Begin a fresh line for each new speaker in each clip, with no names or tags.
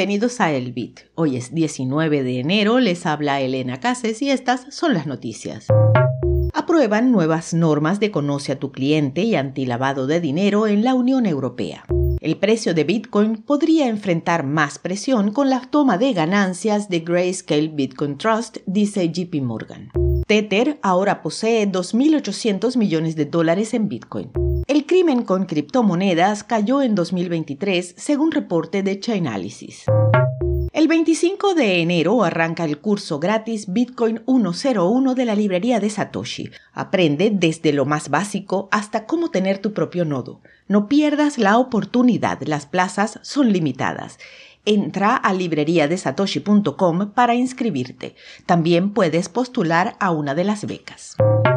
Bienvenidos a El Bit. Hoy es 19 de enero, les habla Elena Cases y estas son las noticias. Aprueban nuevas normas de Conoce a tu cliente y antilavado de dinero en la Unión Europea. El precio de Bitcoin podría enfrentar más presión con la toma de ganancias de Grayscale Bitcoin Trust, dice JP Morgan. Tether ahora posee $2.800 millones en Bitcoin. El crimen con criptomonedas cayó en 2023, según reporte de Chainalysis. El 25 de enero arranca el curso gratis Bitcoin 101 de la librería de Satoshi. Aprende desde lo más básico hasta cómo tener tu propio nodo. No pierdas la oportunidad, las plazas son limitadas. Entra a libreriadesatoshi.com para inscribirte. También puedes postular a una de las becas.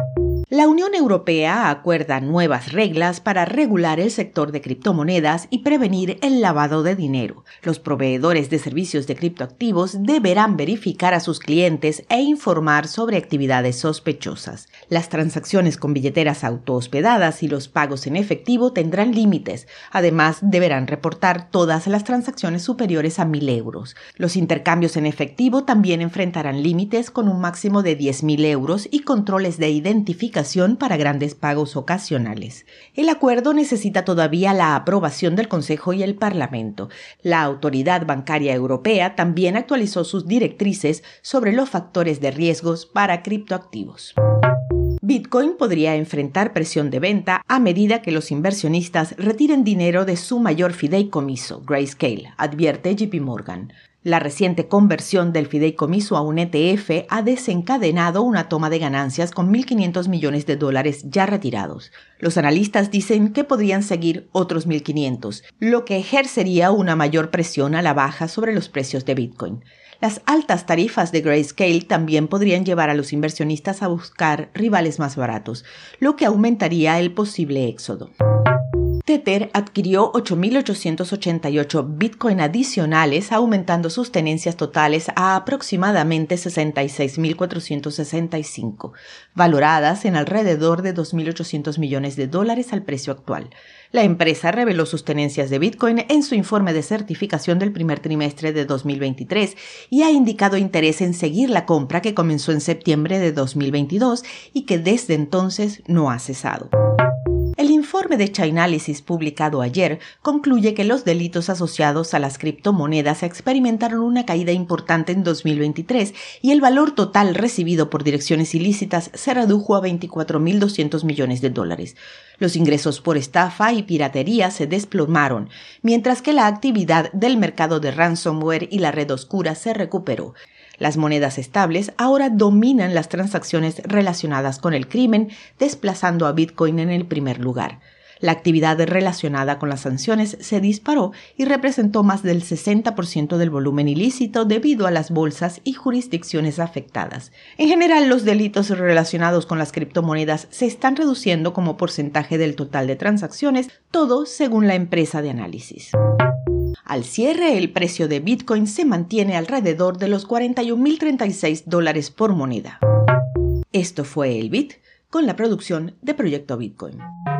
La Unión Europea acuerda nuevas reglas para regular el sector de criptomonedas y prevenir el lavado de dinero. Los proveedores de servicios de criptoactivos deberán verificar a sus clientes e informar sobre actividades sospechosas. Las transacciones con billeteras autohospedadas y los pagos en efectivo tendrán límites. Además, deberán reportar todas las transacciones superiores a 1.000 euros. Los intercambios en efectivo también enfrentarán límites con un máximo de 10.000 euros y controles de identificación para grandes pagos ocasionales. El acuerdo necesita todavía la aprobación del Consejo y el Parlamento. La Autoridad Bancaria Europea también actualizó sus directrices sobre los factores de riesgos para criptoactivos. Bitcoin podría enfrentar presión de venta a medida que los inversionistas retiren dinero de su mayor fideicomiso, Grayscale, advierte JP Morgan. La reciente conversión del fideicomiso a un ETF ha desencadenado una toma de ganancias con $1.500 millones ya retirados. Los analistas dicen que podrían seguir otros 1.500, lo que ejercería una mayor presión a la baja sobre los precios de Bitcoin. Las altas tarifas de Grayscale también podrían llevar a los inversionistas a buscar rivales más baratos, lo que aumentaría el posible éxodo. Tether adquirió 8.888 Bitcoin adicionales, aumentando sus tenencias totales a aproximadamente 66.465, valoradas en alrededor de $2.800 millones al precio actual. La empresa reveló sus tenencias de Bitcoin en su informe de certificación del primer trimestre de 2023 y ha indicado interés en seguir la compra que comenzó en septiembre de 2022 y que desde entonces no ha cesado. El informe de Chainalysis publicado ayer concluye que los delitos asociados a las criptomonedas experimentaron una caída importante en 2023 y el valor total recibido por direcciones ilícitas se redujo a $24.200 millones. Los ingresos por estafa y piratería se desplomaron, mientras que la actividad del mercado de ransomware y la red oscura se recuperó. Las monedas estables ahora dominan las transacciones relacionadas con el crimen, desplazando a Bitcoin en el primer lugar. La actividad relacionada con las sanciones se disparó y representó más del 60% del volumen ilícito debido a las bolsas y jurisdicciones afectadas. En general, los delitos relacionados con las criptomonedas se están reduciendo como porcentaje del total de transacciones, todo según la empresa de análisis. Al cierre, el precio de Bitcoin se mantiene alrededor de los $41.036 por moneda. Esto fue El Bit, con la producción de Proyecto Bitcoin.